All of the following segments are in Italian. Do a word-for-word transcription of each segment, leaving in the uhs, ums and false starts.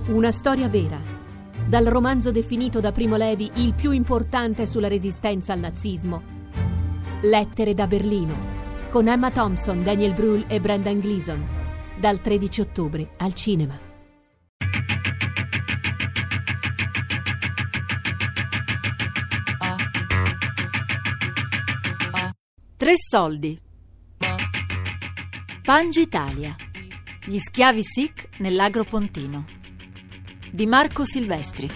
Una storia vera. Dal romanzo definito da Primo Levi il più importante sulla resistenza al nazismo. Lettere da Berlino, con Emma Thompson, Daniel Brühl e Brendan Gleeson, dal tredici ottobre al cinema. Tre soldi. Pangitalia. Gli schiavi Sikh nell'agro pontino, di Marco Silvestri.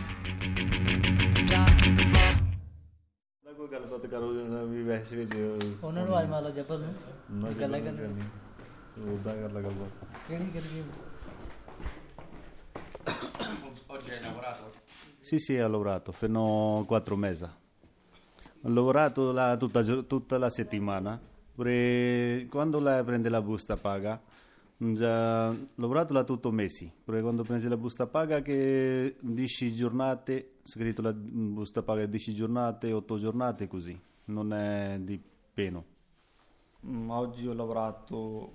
Oggi hai lavorato? Sì, sì, ho lavorato fino a quattro mesi. Ho lavorato la, tutta, tutta la settimana. Perché quando lei prende la busta paga, già ho lavorato la tutto mesi. Perché quando prendi la busta paga che dieci giornate, scritto la busta paga dieci giornate, otto giornate così, non è di pieno. Oggi ho lavorato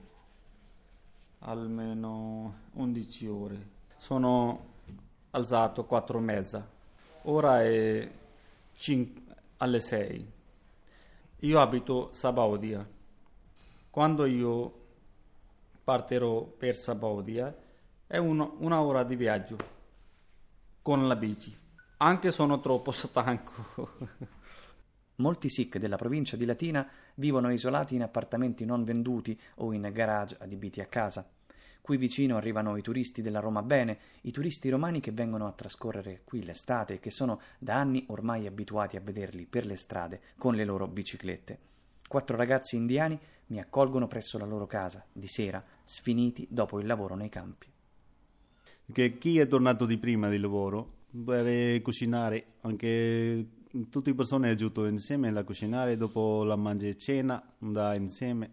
almeno undici ore. Sono alzato quattro mesi. Ora è cinque alle sei. Io abito Sabaudia. Quando io partirò per Sabaudia è uno, una ora di viaggio con la bici. Anche sono troppo stanco. Molti Sikh della provincia di Latina vivono isolati in appartamenti non venduti o in garage adibiti a casa. Qui vicino arrivano i turisti della Roma Bene, i turisti romani che vengono a trascorrere qui l'estate e che sono da anni ormai abituati a vederli per le strade con le loro biciclette. Quattro ragazzi indiani mi accolgono presso la loro casa, di sera, sfiniti dopo il lavoro nei campi. Che chi è tornato di prima di lavoro per cucinare, anche tutte le persone giunto insieme a cucinare, dopo la mangia e cena, da insieme.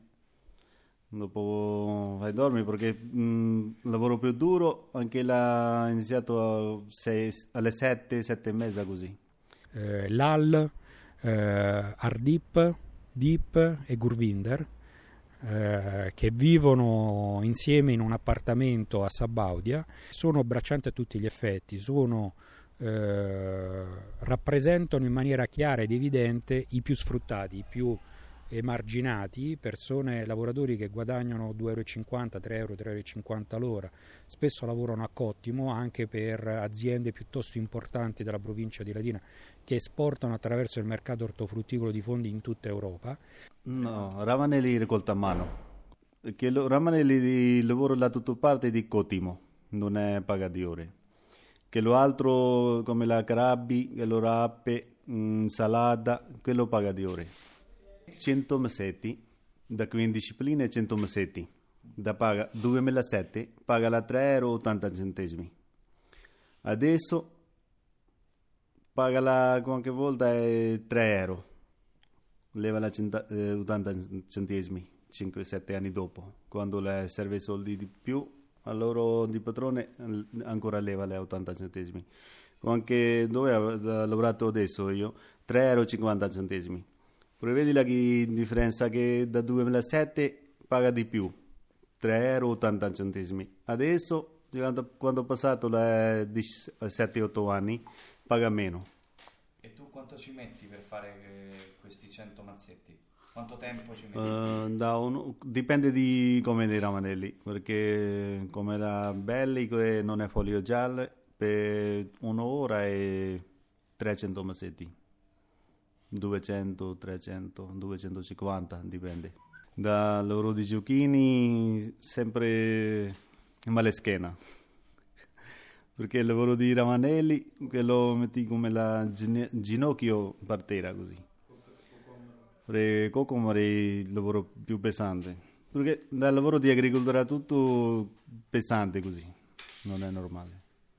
Dopo vai a dormire perché il lavoro più duro anche l'ha iniziato sei, alle sette, sette e mezza così. Eh, Lal, eh, Ardip, Deep e Gurvinder eh, che vivono insieme in un appartamento a Sabaudia sono abbraccianti a tutti gli effetti, sono, eh, rappresentano in maniera chiara ed evidente i più sfruttati, i più emarginati, persone, lavoratori che guadagnano due euro e cinquanta, tre euro, tre euro e cinquanta l'ora, spesso lavorano a cottimo anche per aziende piuttosto importanti della provincia di Latina che esportano attraverso il mercato ortofrutticolo di fondi in tutta Europa. No, ravanelli ricolta a mano, che lo, ravanelli di lavoro da tutta parte di cottimo, non è paga di ore. Che lo altro come la carabi, che lo rape, insalata, quello paga di ore. cento masetti, da quindici discipline cento masetti, da paga duemilasette, paga la tre euro e ottanta centesimi. Adesso paga la qualche volta è tre euro, leva la centa, eh, ottanta centesimi, cinque sette anni dopo, quando le serve soldi di più, allora di padrone ancora leva le ottanta centesimi. Anche dove ho lavorato adesso io, tre euro e cinquanta centesimi. Vedi la differenza che da duemilasette paga di più, tre euro e ottanta centesimi. Adesso, quando ho passato le sette otto anni, paga meno. E tu quanto ci metti per fare questi cento mazzetti? Quanto tempo ci metti? Uh, da uno, dipende di come i ramanelli, perché come era belli, non è foglio giallo, per un'ora e trecento mazzetti. duecento, trecento, duecentocinquanta, dipende. Da loro di giochini sempre male schiena, perché il lavoro di ravanelli lo metti come la gin- ginocchio per terra così. Per cocomare è il lavoro più pesante, perché dal lavoro di agricoltura è tutto pesante così, non è normale.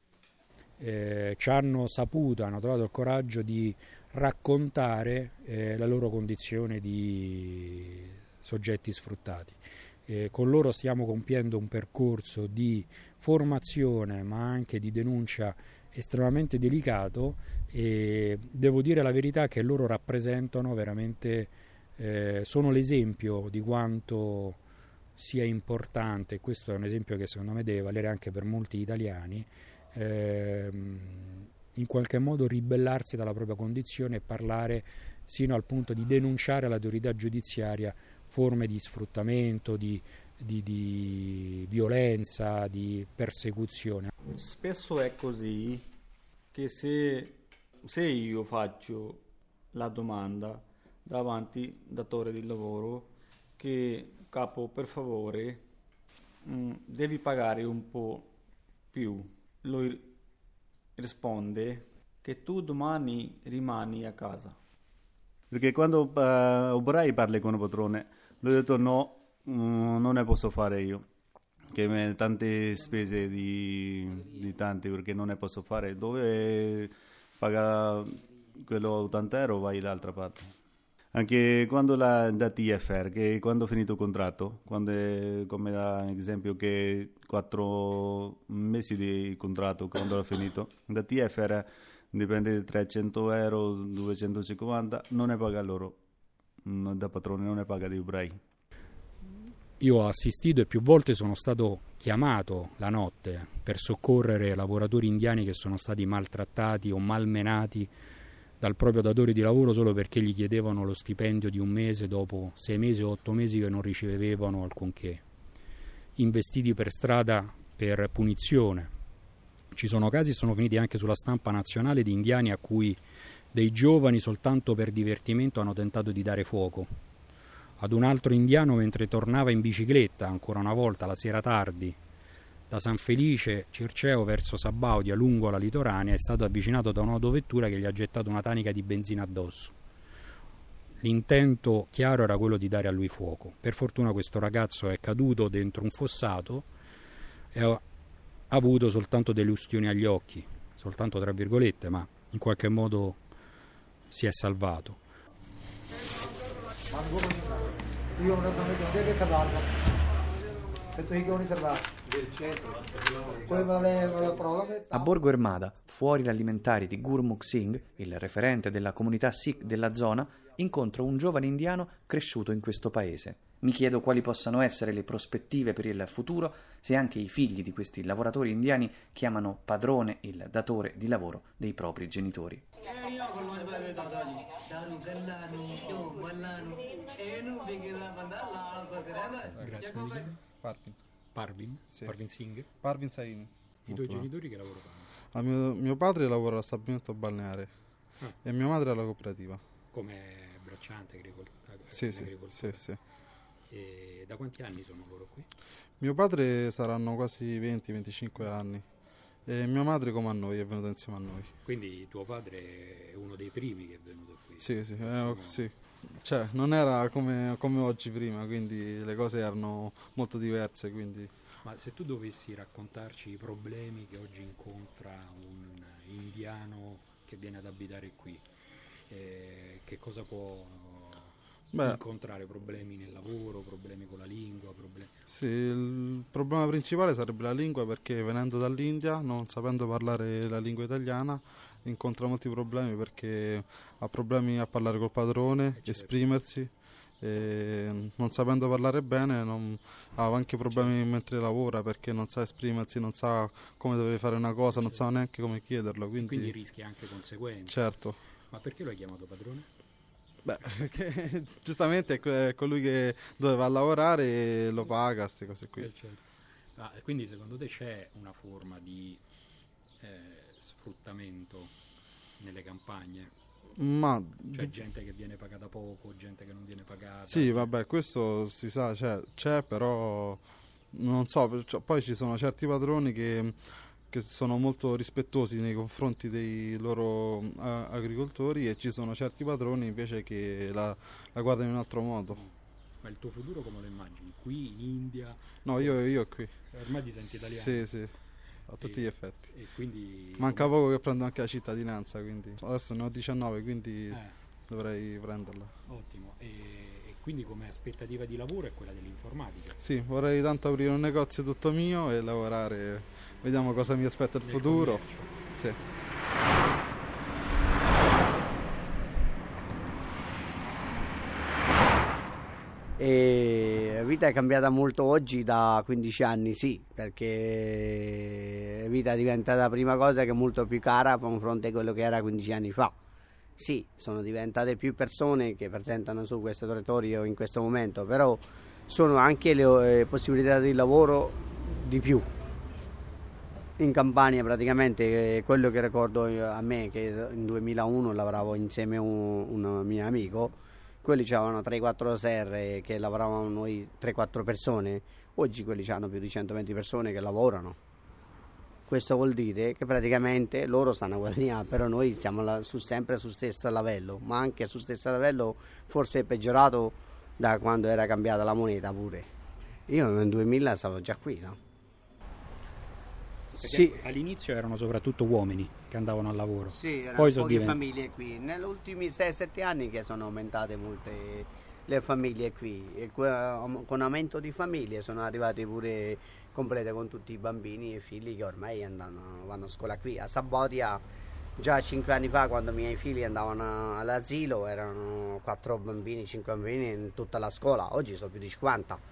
Eh, ci hanno saputo, hanno trovato il coraggio di raccontare eh, la loro condizione di soggetti sfruttati. Eh, con loro stiamo compiendo un percorso di formazione ma anche di denuncia estremamente delicato e devo dire la verità che loro rappresentano veramente, eh, sono l'esempio di quanto sia importante, questo è un esempio che secondo me deve valere anche per molti italiani, ehm, in qualche modo ribellarsi dalla propria condizione e parlare sino al punto di denunciare all'autorità giudiziaria forme di sfruttamento, di, di, di violenza, di persecuzione. Spesso è così che se, se io faccio la domanda davanti al datore di lavoro che capo per favore mh, devi pagare un po' più, lui risponde che tu domani rimani a casa. Perché quando uh, Obrai parla con il padrone, lui ha detto no, mm, non ne posso fare io, che mi tante spese di, di tanti perché non ne posso fare, dove paga quello ottanta euro vai dall'altra parte. Anche quando la da T F R, che quando ho finito il contratto, quando è, come da esempio che quattro mesi di contratto quando l'ho finito, da T F R dipende da trecento euro, duecentocinquanta, non ne paga loro, da padrone non ne paga di Obrai. Io ho assistito e più volte sono stato chiamato la notte per soccorrere lavoratori indiani che sono stati maltrattati o malmenati dal proprio datore di lavoro solo perché gli chiedevano lo stipendio di un mese dopo sei mesi o otto mesi che non ricevevano alcunché, investiti per strada per punizione. Ci sono casi, sono finiti anche sulla stampa nazionale, di indiani a cui dei giovani soltanto per divertimento hanno tentato di dare fuoco. Ad un altro indiano mentre tornava in bicicletta, ancora una volta la sera tardi, da San Felice Circeo verso Sabaudia lungo la litoranea, è stato avvicinato da un'autovettura che gli ha gettato una tanica di benzina addosso. L'intento chiaro era quello di dare a lui fuoco. Per fortuna questo ragazzo è caduto dentro un fossato e ha avuto soltanto delle ustioni agli occhi, soltanto tra virgolette, ma in qualche modo si è salvato. A Borgo Ermada, fuori l'alimentari di Gurmukh Singh, il referente della comunità Sikh della zona, incontro un giovane indiano cresciuto in questo paese. Mi chiedo quali possano essere le prospettive per il futuro se anche i figli di questi lavoratori indiani chiamano padrone il datore di lavoro dei propri genitori. Grazie. Parvin. Parvin? Sì. Parvin Singh? Parvin Saini. I tuoi genitori che lavoro fanno? Ah, mio, mio padre lavora al stabilimento balneare Ah. e mia madre alla cooperativa. Come bracciante, agricol- Sì, sì, agricoltore? sì, sì. E da quanti anni sono loro qui? Mio padre saranno quasi venti venticinque anni e mia madre come a noi è venuta insieme a noi. Quindi tuo padre è uno dei primi che è venuto qui? Sì, sì, eh, Sono- sì. Cioè, non era come, come oggi prima, quindi le cose erano molto diverse, quindi... Ma se tu dovessi raccontarci i problemi che oggi incontra un indiano che viene ad abitare qui, eh, che cosa può Beh, incontrare? Problemi nel lavoro, problemi con la lingua? Problemi... sì, il problema principale sarebbe la lingua, perché venendo dall'India, non sapendo parlare la lingua italiana, incontra molti problemi perché ha problemi a parlare col padrone, certo. esprimersi, e non sapendo parlare bene non, ha anche problemi certo. mentre lavora perché non sa esprimersi, non sa come deve fare una cosa, non certo. sa neanche come chiederlo. Quindi, Quindi rischia anche conseguenze. certo. Ma perché lo hai chiamato padrone? Beh, perché giustamente è que- è colui che dove va a lavorare e lo paga, queste cose qui. Eh, certo. Ah, quindi secondo te c'è una forma di eh, sfruttamento nelle campagne? Ma Cioè gente che viene pagata poco, gente che non viene pagata? sì, vabbè, questo si sa, c'è, c'è però non so, cioè, poi ci sono certi padroni che, che sono molto rispettosi nei confronti dei loro a- agricoltori e ci sono certi padroni invece che la, la guardano in un altro modo. Ma il tuo futuro come lo immagini? Qui in India? No, io, io qui. Ormai ti senti italiano? Sì, sì, a tutti E- gli effetti. E quindi... Manca poco che prendo anche la cittadinanza, quindi adesso ne ho diciannove, quindi Eh, dovrei prenderla. ottimo. E, e quindi come aspettativa di lavoro è quella dell'informatica? Sì, vorrei tanto aprire un negozio tutto mio e lavorare, vediamo cosa mi aspetta il Nel futuro. commercio. Sì. E vita è cambiata molto oggi da quindici anni, sì, perché la vita è diventata prima cosa che è molto più cara a confronto a quello che era quindici anni fa. Sì, sono diventate più persone che presentano su questo territorio in questo momento, però sono anche le eh, possibilità di lavoro di più. In Campania praticamente, eh, quello che ricordo io, a me, che in duemilauno lavoravo insieme a un, un mio amico, quelli avevano tre quattro serre che lavoravamo noi tre quattro persone, oggi quelli hanno più di centoventi persone che lavorano. Questo vuol dire che praticamente loro stanno guadagnando, però noi siamo la, su, sempre sullo stesso livello, ma anche sullo stesso livello forse è peggiorato da quando era cambiata la moneta pure. Io nel duemila stavo già qui, no? Perché sì. All'inizio erano soprattutto uomini che andavano al lavoro. Sì, erano poi poche sono divent... famiglie qui. Negli ultimi sei sette anni che sono aumentate molte le famiglie qui. E con aumento di famiglie sono arrivate pure complete con tutti i bambini e figli che ormai andano, vanno a scuola qui. A Sabaudia già cinque anni fa, quando i miei figli andavano all'asilo, erano quattro bambini, cinque bambini in tutta la scuola. Oggi sono più di cinquanta.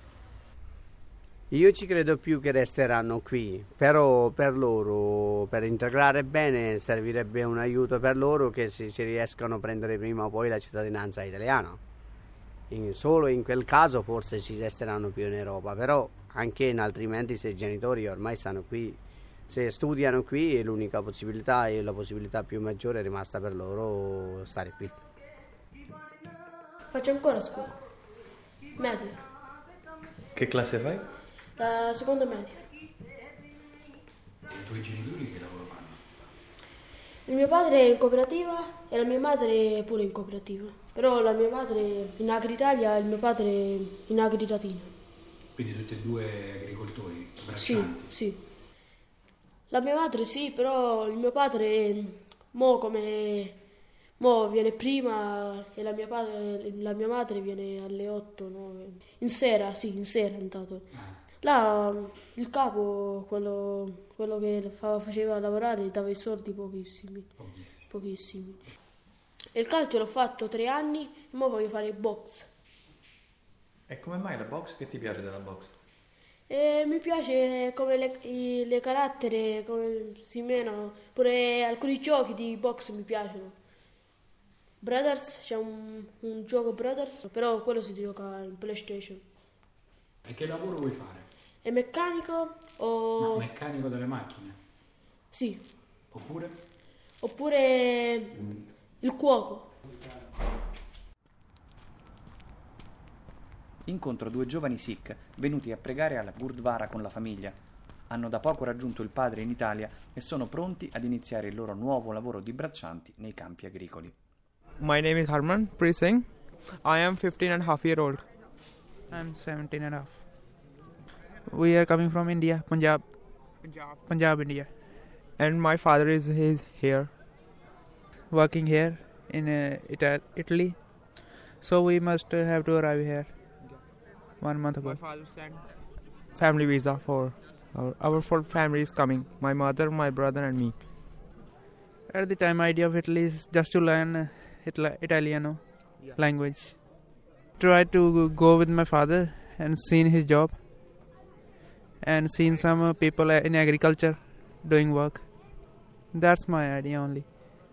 Io ci credo più che resteranno qui, però per loro, per integrare bene, servirebbe un aiuto per loro che si, si riescano a prendere prima o poi la cittadinanza italiana. In, solo in quel caso forse ci resteranno più in Europa, però anche in altrimenti se i genitori ormai stanno qui, se studiano qui, è l'unica possibilità e la possibilità più maggiore è rimasta per loro stare qui. Faccio ancora scuola, media. Che classe fai? La seconda media. E i tuoi genitori che lavoro fanno? Il mio padre è in cooperativa e la mia madre è pure in cooperativa. Però la mia madre in Agri-Italia e il mio padre in Agri-Latina. Quindi tutti e due agricoltori? Sì, sì. La mia madre sì, però il mio padre mo come mo viene prima e la mia, padre, la mia madre viene alle otto nove. In sera, sì, in sera è andato. Ah. Là il capo, quello, quello che fa, faceva lavorare, dava i soldi pochissimi. Pochissimi. Pochissimi. E il calcio l'ho fatto tre anni e ora voglio fare il box. E come mai la box? Che ti piace della box? E mi piace come le, i, le carattere, come si menano, pure alcuni giochi di box mi piacciono. Brothers, c'è un, un gioco Brothers, però quello si gioca in PlayStation. E che lavoro vuoi fare? È meccanico o... No, meccanico delle macchine? Sì. Oppure? Oppure mm. il cuoco. Incontro due giovani Sikh venuti a pregare alla Gurdwara con la famiglia. Hanno da poco raggiunto il padre in Italia e sono pronti ad iniziare il loro nuovo lavoro di braccianti nei campi agricoli. My name is Harman Preet Singh. I am fifteen and a half year old. I am seventeen and a half. We are coming from India, Punjab. Punjab, Punjab, India. And my father is, is here, working here in uh, Ita- Italy. So we must uh, have to arrive here one month ago. My father sent family visa for our, our full family is coming. My mother, my brother and me. At the time, idea of Italy is just to learn uh, Itali- Italiano yeah. language. Try to go with my father and see his job and seen some uh, people in agriculture doing work. That's my idea only.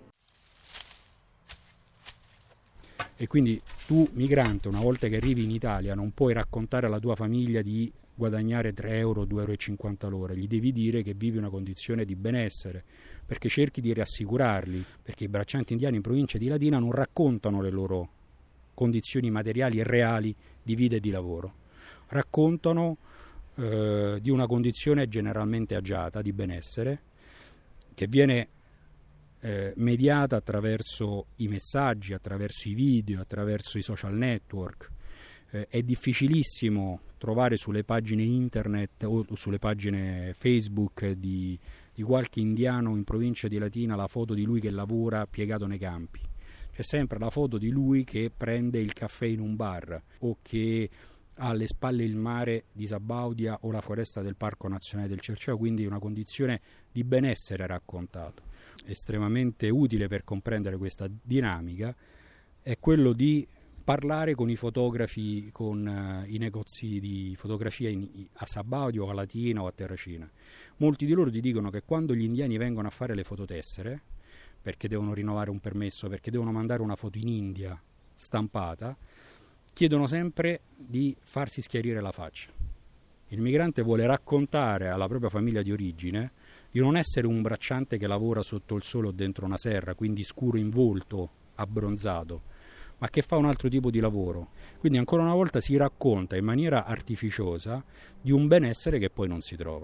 E quindi tu, migrante, una volta che arrivi in Italia non puoi raccontare alla tua famiglia di guadagnare tre euro, due euro e cinquanta l'ora, gli devi dire che vivi una condizione di benessere, perché cerchi di rassicurarli, perché i braccianti indiani in provincia di Latina non raccontano le loro condizioni materiali e reali di vita e di lavoro, raccontano eh, di una condizione generalmente agiata di benessere che viene eh, mediata attraverso i messaggi, attraverso i video, attraverso i social network. Eh, è difficilissimo trovare sulle pagine internet o sulle pagine Facebook di, di qualche indiano in provincia di Latina la foto di lui che lavora piegato nei campi. C'è sempre la foto di lui che prende il caffè in un bar o che ha alle spalle il mare di Sabaudia o la foresta del Parco Nazionale del Cerceo, quindi una condizione di benessere raccontato. Estremamente utile per comprendere questa dinamica è quello di parlare con i fotografi, con uh, i negozi di fotografia in, a Sabaudia o a Latina o a Terracina. Molti di loro ti dicono che quando gli indiani vengono a fare le fototessere, perché devono rinnovare un permesso, perché devono mandare una foto in India stampata, chiedono sempre di farsi schiarire la faccia. Il migrante vuole raccontare alla propria famiglia di origine di non essere un bracciante che lavora sotto il sole o dentro una serra, quindi scuro in volto, abbronzato, ma che fa un altro tipo di lavoro. Quindi ancora una volta si racconta in maniera artificiosa di un benessere che poi non si trova.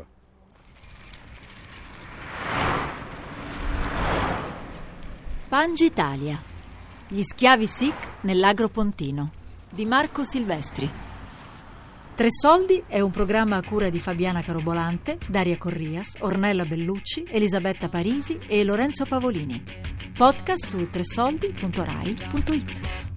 Pangitalia. Gli schiavi Sikh nell'agro pontino di Marco Silvestri. Tre Soldi è un programma a cura di Fabiana Carobolante, Daria Corrias, Ornella Bellucci, Elisabetta Parisi e Lorenzo Pavolini. Podcast su tresoldi punto rai punto it.